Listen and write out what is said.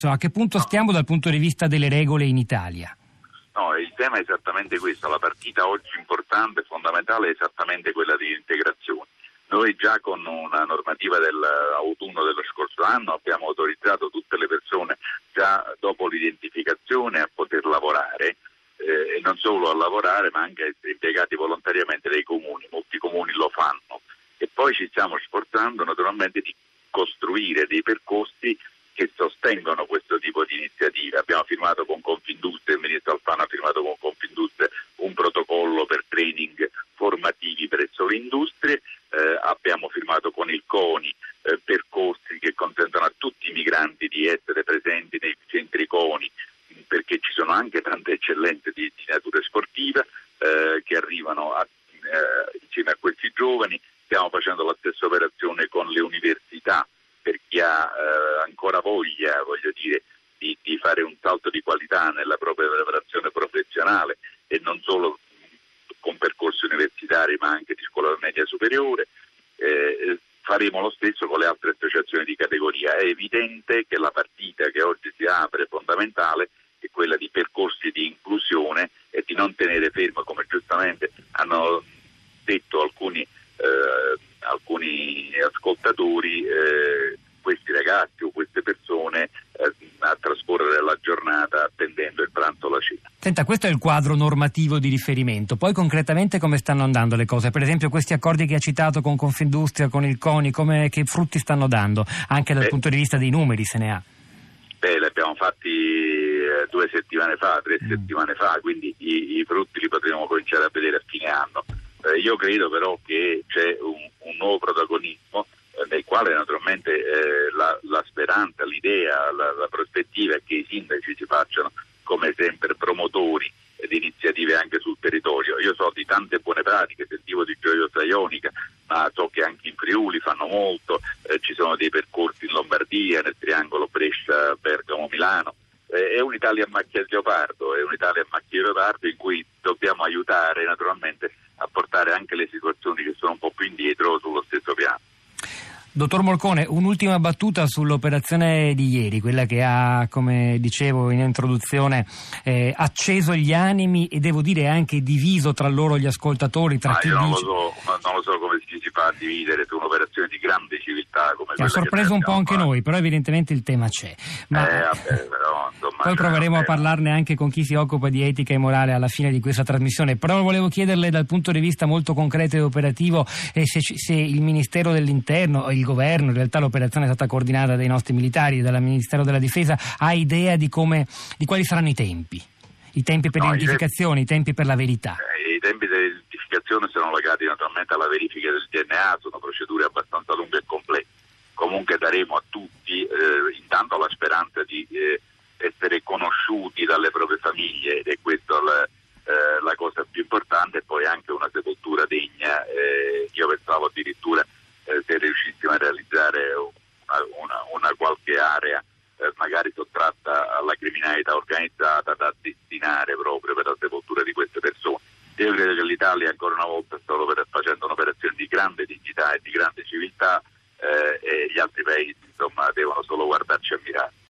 A che punto stiamo dal punto di vista delle regole in Italia? No, il tema è esattamente questo. La partita oggi importante e fondamentale è esattamente quella di integrazione. Noi già con una normativa dell'autunno dello scorso anno abbiamo autorizzato tutte le persone già dopo l'identificazione a poter lavorare e non solo a lavorare ma anche a essere impiegati volontariamente dai comuni. Molti comuni lo fanno e poi ci stiamo sforzando naturalmente di costruire dei percorsi che sostengono questo tipo di iniziative. Abbiamo firmato con Confindustria, il ministro Alfano ha firmato con Confindustria un protocollo per training formativi presso le industrie, abbiamo firmato con il CONI percorsi che consentono a tutti i migranti di essere presenti nei centri CONI, perché ci sono anche tante eccellenze di natura sportiva che arrivano insieme a questi giovani. Stiamo facendo la stessa operazione con le università per chi ha ancora voglia, di fare un salto di qualità nella propria preparazione professionale e non solo con percorsi universitari ma anche di scuola media superiore. Faremo lo stesso con le altre associazioni di categoria. È evidente che la partita che oggi si apre fondamentale è quella di percorsi di inclusione e di non tenere fermo, come giustamente hanno detto alcuni ascoltatori, questi ragazzi o queste persone a trascorrere la giornata attendendo il pranzo o la cena. Senta, questo è il quadro normativo di riferimento. Poi concretamente come stanno andando le cose? Per esempio questi accordi che ha citato con Confindustria, con il CONI, che frutti stanno dando? Anche dal punto di vista dei numeri se ne ha? Li abbiamo fatti 2 settimane fa, 3 settimane fa, quindi i frutti li potremo cominciare a vedere a fine anno. Io credo però che c'è un nuovo protagonismo nel quale naturalmente la speranza, l'idea, la prospettiva è che i sindaci si facciano come sempre promotori di iniziative anche sul territorio. Io so di tante buone pratiche, sentivo di Gioiosa Ionica, ma so che anche in Friuli fanno molto, ci sono dei percorsi in Lombardia, nel triangolo Brescia, Bergamo, Milano. È un'Italia a macchia di leopardo, in cui dobbiamo aiutare naturalmente a portare anche le situazioni che sono un po' più indietro sullo stesso piano. Dottor Morcone, un'ultima battuta sull'operazione di ieri, quella che ha, come dicevo in introduzione, acceso gli animi e devo dire anche diviso tra loro gli ascoltatori. Io non lo so come si fa a dividere su un'operazione di grande civiltà come quella. Ha sorpreso un po' anche noi, però evidentemente il tema c'è. Poi proveremo a parlarne anche con chi si occupa di etica e morale alla fine di questa trasmissione. Però volevo chiederle dal punto di vista molto concreto e operativo se il Ministero dell'Interno e il Governo, in realtà l'operazione è stata coordinata dai nostri militari, dal Ministero della Difesa, ha idea di quali saranno i tempi per l'identificazione, i tempi per la verità. I tempi dell'identificazione sono legati naturalmente alla verifica del DNA, sono procedure abbastanza lunghe e complesse. Comunque daremo a tutti intanto la speranza di essere conosciuti dalle proprie famiglie, ed è questa la cosa più importante, e poi anche una sepoltura degna. Io pensavo addirittura